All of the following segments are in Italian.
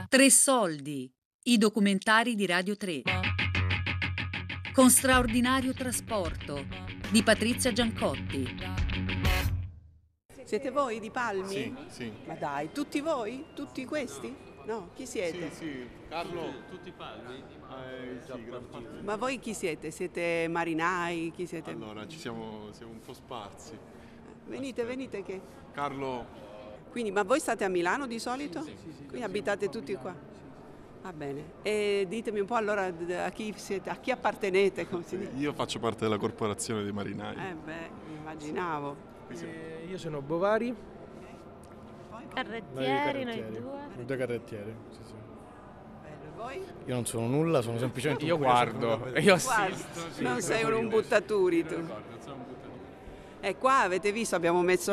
Tre soldi, i documentari di Radio 3. Con straordinario trasporto di Patrizia Giancotti. Siete voi di Palmi? Sì, sì. Ma dai, tutti voi? Tutti questi? No, chi siete? Sì, Carlo. Tutti Palmi? Sì, gran parte. Ma voi chi siete? Siete marinai? Chi siete? Allora, siamo un po' sparsi. Venite che... Carlo, Quindi, ma voi state a Milano di solito? Sì. Quindi abitate tutti qua? Va bene. E ditemi un po' allora a chi siete, a chi appartenete, come si dice? io faccio parte della corporazione dei marinai. Immaginavo. Io sono Bovari. Carrettieri, noi due. Due carrettieri. Sì. Bello, e voi? Io non sono nulla, sono semplicemente Io un guardo, curioso. io Guarda, assisto. non sei un buttaturi tu. Non sono un buttatore. E qua avete visto, abbiamo messo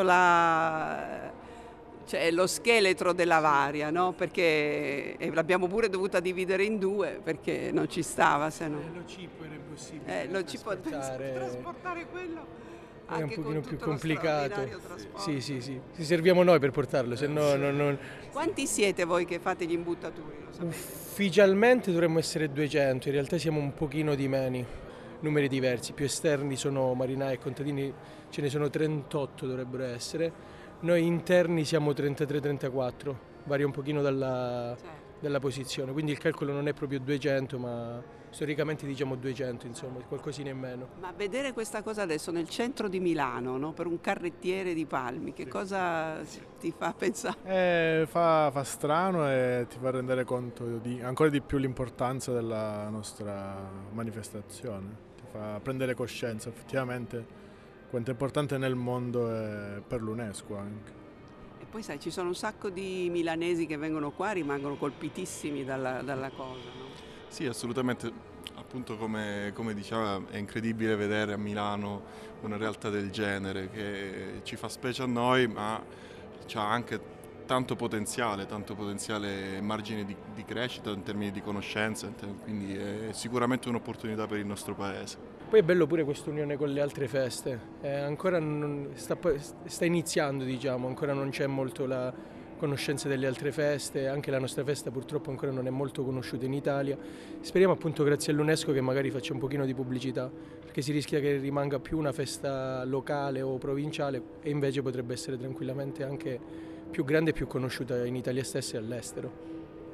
cioè lo scheletro della Varia, no? Perché l'abbiamo pure dovuta dividere in due perché non ci stava, se no. Lo chip era impossibile. Lo ci può trasportare quello È un anche pochino con più tutto lo complicato. straordinario trasporto. Sì. Ci serviamo noi per portarlo, se no non... Quanti siete voi che fate gli imbuttatori? Lo sapete? Ufficialmente dovremmo essere 200, in realtà siamo un pochino di meno, numeri diversi, più esterni sono marinai e contadini, ce ne sono 38 dovrebbero essere, noi interni siamo 33-34, varia un pochino dalla posizione, quindi il calcolo non è proprio 200 ma storicamente diciamo 200, insomma, qualcosina in meno. Ma vedere questa cosa adesso nel centro di Milano, no? Per un carrettiere di Palmi, che cosa ti fa pensare? Fa strano e ti fa rendere conto di ancora di più l'importanza della nostra manifestazione, ti fa prendere coscienza effettivamente quanto è importante nel mondo e per l'UNESCO anche. E poi sai, ci sono un sacco di milanesi che vengono qua, rimangono colpitissimi dalla cosa, no? Sì, assolutamente. Appunto come diceva, è incredibile vedere a Milano una realtà del genere che ci fa specie a noi, ma c'ha anche tanto potenziale margine di crescita in termini di conoscenza, quindi è sicuramente un'opportunità per il nostro paese. Poi è bello pure questa unione con le altre feste, ancora sta iniziando, diciamo, ancora non c'è molto la conoscenza delle altre feste, anche la nostra festa purtroppo ancora non è molto conosciuta in Italia. Speriamo appunto grazie all'UNESCO che magari faccia un pochino di pubblicità, perché si rischia che rimanga più una festa locale o provinciale e invece potrebbe essere tranquillamente anche più grande e più conosciuta in Italia stessa e all'estero.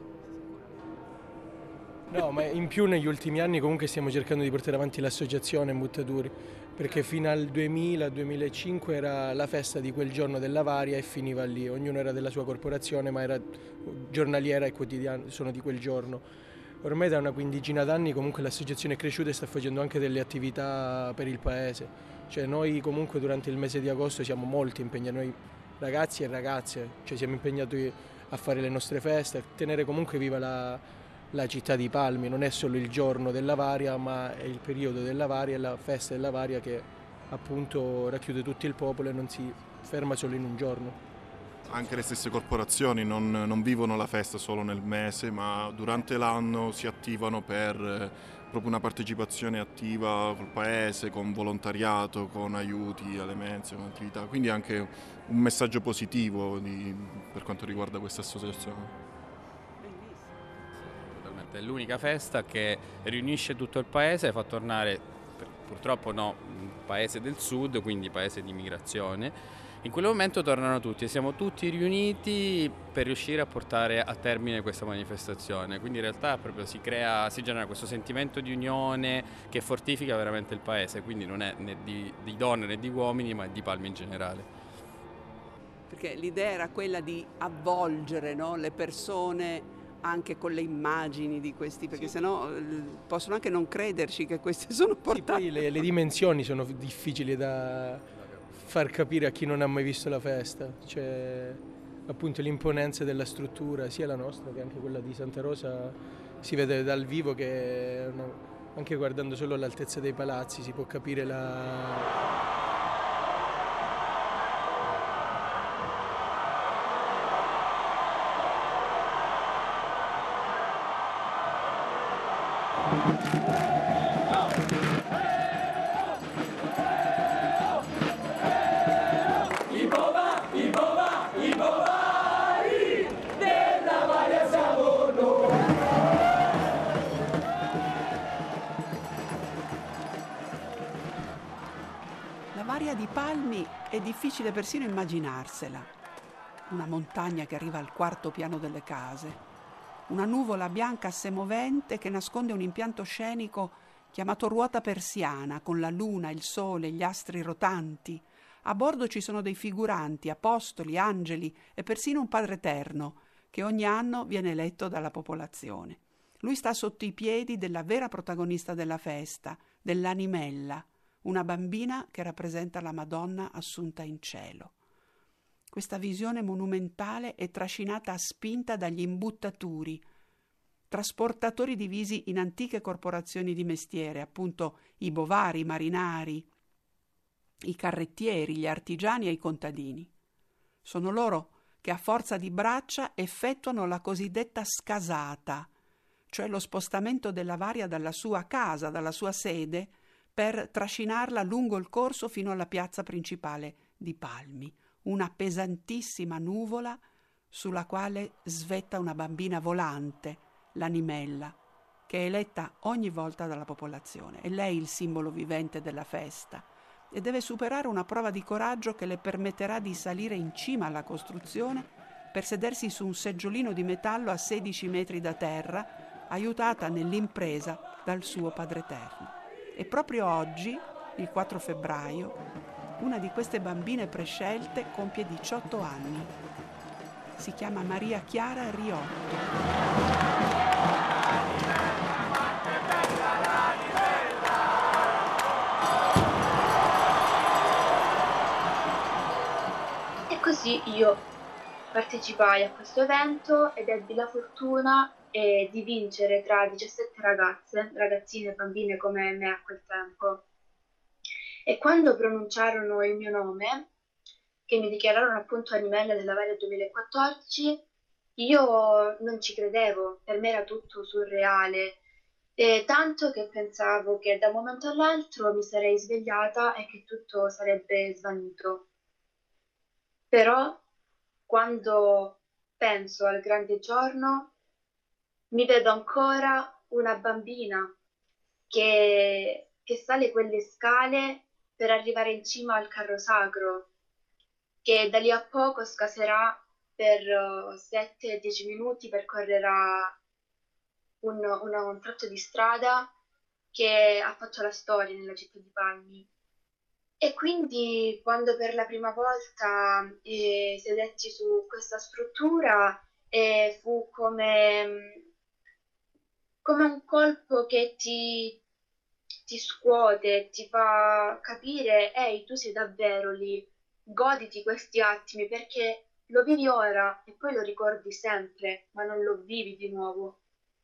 No, ma in più negli ultimi anni comunque stiamo cercando di portare avanti l'associazione Imbuttatori, perché fino al 2000-2005 era la festa di quel giorno della Varia e finiva lì, ognuno era della sua corporazione ma era giornaliera e quotidiana, sono di quel giorno. Ormai da una quindicina d'anni comunque l'associazione è cresciuta e sta facendo anche delle attività per il paese, cioè noi comunque durante il mese di agosto siamo molto impegnati, noi ragazzi e ragazze, cioè siamo impegnati a fare le nostre feste, a tenere comunque viva la città di Palmi, non è solo il giorno della Varia ma è il periodo della Varia, è la festa della Varia che appunto racchiude tutto il popolo e non si ferma solo in un giorno. Anche le stesse corporazioni non vivono la festa solo nel mese, ma durante l'anno si attivano per proprio una partecipazione attiva col paese, con volontariato, con aiuti alle mense, con attività. Quindi anche un messaggio positivo per quanto riguarda questa associazione. È l'unica festa che riunisce tutto il paese e fa tornare, purtroppo no, un paese del sud, quindi paese di migrazione. In quel momento tornano tutti e siamo tutti riuniti per riuscire a portare a termine questa manifestazione. Quindi in realtà proprio si genera questo sentimento di unione che fortifica veramente il paese, quindi non è né di donne né di uomini, ma di Palmi in generale. Perché l'idea era quella di avvolgere, no, le persone anche con le immagini di questi, perché sennò possono anche non crederci che queste sono portate. Sì, poi le dimensioni sono difficili da far capire a chi non ha mai visto la festa, cioè appunto l'imponenza della struttura, sia la nostra che anche quella di Santa Rosa, si vede dal vivo che anche guardando solo l'altezza dei palazzi si può capire la... I Bovari della Varia siamo La Varia di Palmi è difficile persino immaginarsela. Una montagna che arriva al quarto piano delle case, una nuvola bianca semovente che nasconde un impianto scenico chiamato ruota persiana, con la luna, il sole, gli astri rotanti. A bordo ci sono dei figuranti, apostoli, angeli e persino un Padre Eterno, che ogni anno viene eletto dalla popolazione. Lui sta sotto i piedi della vera protagonista della festa, dell'Animella, una bambina che rappresenta la Madonna assunta in cielo. Questa visione monumentale è trascinata a spinta dagli imbuttatori, trasportatori divisi in antiche corporazioni di mestiere, appunto i bovari, i marinari, i carrettieri, gli artigiani e i contadini. Sono loro che a forza di braccia effettuano la cosiddetta scasata, cioè lo spostamento della Varia dalla sua casa, dalla sua sede, per trascinarla lungo il corso fino alla piazza principale di Palmi, una pesantissima nuvola sulla quale svetta una bambina volante, l'Animella, che è eletta ogni volta dalla popolazione. È lei il simbolo vivente della festa e deve superare una prova di coraggio che le permetterà di salire in cima alla costruzione per sedersi su un seggiolino di metallo a 16 metri da terra, aiutata nell'impresa dal suo Padre Eterno. E proprio oggi, il 4 febbraio, una di queste bambine prescelte compie 18 anni. Si chiama Maria Chiara Riotto. E così io partecipai a questo evento ed ebbi la fortuna di vincere tra 17 ragazzine e bambine come me a quel tempo. E quando pronunciarono il mio nome, che mi dichiararono appunto Animella della Varia 2014, io non ci credevo, per me era tutto surreale, tanto che pensavo che da un momento all'altro mi sarei svegliata e che tutto sarebbe svanito. Però quando penso al grande giorno, mi vedo ancora una bambina che sale quelle scale per arrivare in cima al carro sacro, che da lì a poco scaserà per 7-10 minuti, percorrerà un tratto di strada che ha fatto la storia nella città di Palmi. E quindi quando per la prima volta sedetti su questa struttura, fu come un colpo che ti scuote, ti fa capire, ehi, tu sei davvero lì, goditi questi attimi perché lo vivi ora e poi lo ricordi sempre, ma non lo vivi di nuovo.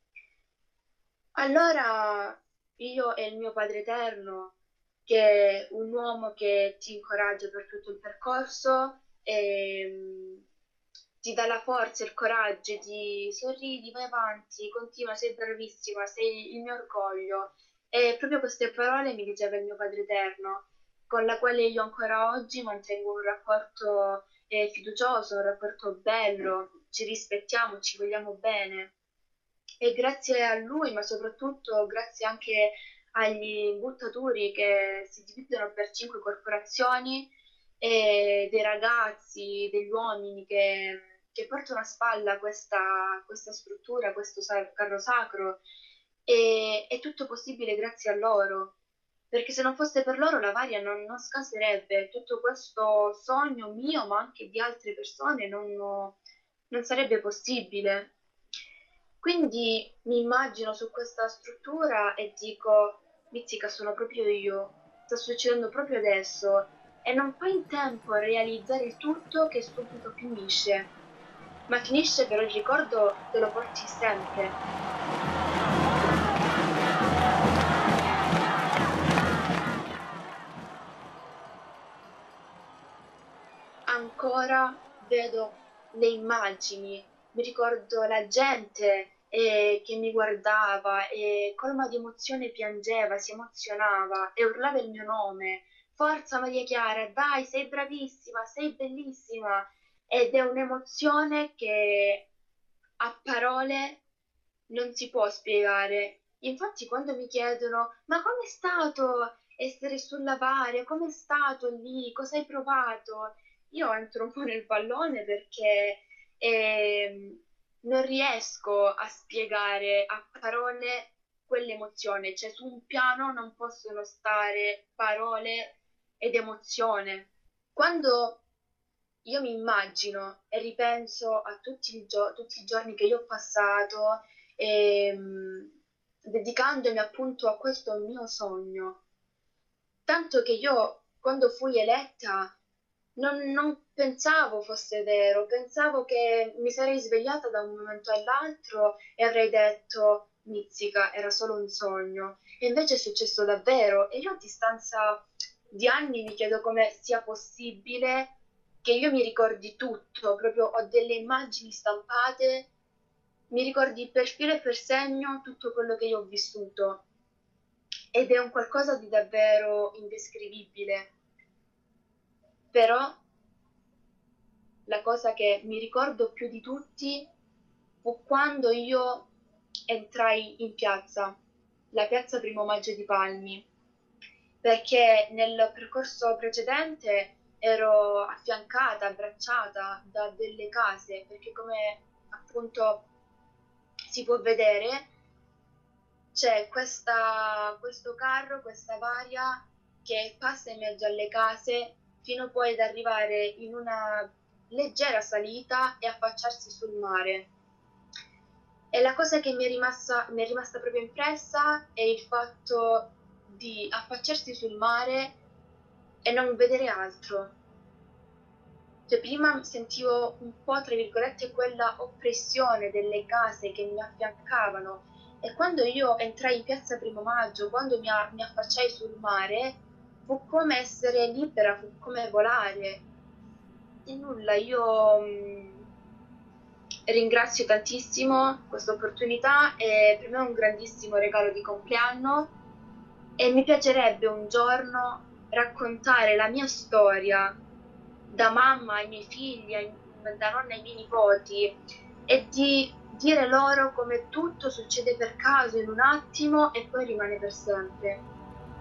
Allora io e il mio Padre Eterno, che è un uomo che ti incoraggia per tutto il percorso e ti dà la forza e il coraggio di sorridi, vai avanti, continua, sei bravissima, sei il mio orgoglio. E proprio queste parole mi diceva il mio Padre Eterno, con la quale io ancora oggi mantengo un rapporto fiducioso, un rapporto bello, ci rispettiamo, ci vogliamo bene. E grazie a lui, ma soprattutto grazie anche agli imbuttatori che si dividono per 5 corporazioni e dei ragazzi, degli uomini che portano a spalla questa struttura, questo carro sacro, e è tutto possibile grazie a loro, perché se non fosse per loro la Varia non scaserebbe, tutto questo sogno mio, ma anche di altre persone, non sarebbe possibile. Quindi mi immagino su questa struttura e dico, Mizzica, sono proprio io, sta succedendo proprio adesso e non fai in tempo a realizzare il tutto che subito finisce, ma finisce però il ricordo te lo porti sempre. Ancora vedo le immagini, mi ricordo la gente che mi guardava e colma di emozione piangeva, si emozionava e urlava il mio nome. Forza Maria Chiara, dai, sei bravissima, sei bellissima. Ed è un'emozione che a parole non si può spiegare. Infatti quando mi chiedono ma com'è stato essere sulla Varia, com'è stato lì, cosa hai provato? Io entro un po' nel pallone perché non riesco a spiegare a parole quell'emozione, cioè su un piano non possono stare parole ed emozione. Quando io mi immagino e ripenso a tutti i giorni che io ho passato, dedicandomi appunto a questo mio sogno, tanto che io quando fui eletta non pensavo fosse vero, pensavo che mi sarei svegliata da un momento all'altro e avrei detto mizzica, era solo un sogno. E invece è successo davvero e io a distanza di anni mi chiedo come sia possibile che io mi ricordi tutto, proprio ho delle immagini stampate, mi ricordi per filo e per segno tutto quello che io ho vissuto ed è un qualcosa di davvero indescrivibile. Però la cosa che mi ricordo più di tutti fu quando io entrai in piazza, la piazza Primo Maggio di Palmi, perché nel percorso precedente ero affiancata, abbracciata da delle case, perché come appunto si può vedere c'è questo carro, questa varia che passa in mezzo alle case fino poi ad arrivare in una leggera salita e affacciarsi sul mare. E la cosa che mi è rimasta proprio impressa è il fatto di affacciarsi sul mare e non vedere altro. Cioè prima sentivo un po', tra virgolette, quella oppressione delle case che mi affiancavano e quando io entrai in piazza Primo Maggio, quando mi affacciai sul mare, fu come essere libera, fu come volare. E nulla, io ringrazio tantissimo questa opportunità e per me è un grandissimo regalo di compleanno e mi piacerebbe un giorno raccontare la mia storia da mamma ai miei figli, da nonna ai miei nipoti e di dire loro come tutto succede per caso in un attimo e poi rimane per sempre.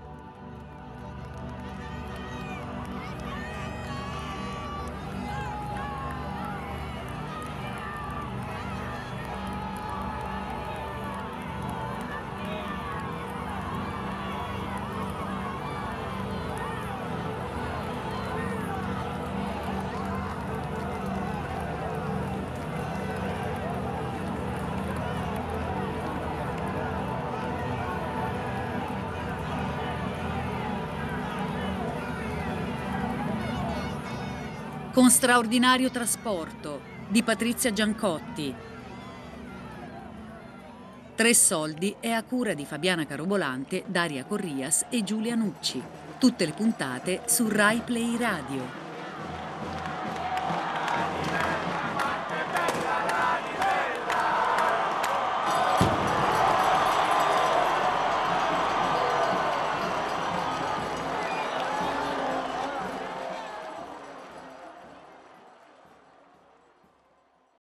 Con straordinario trasporto di Patrizia Giancotti. Tre soldi è a cura di Fabiana Carobolante, Daria Corrias e Giulia Nucci. Tutte le puntate su Rai Play Radio.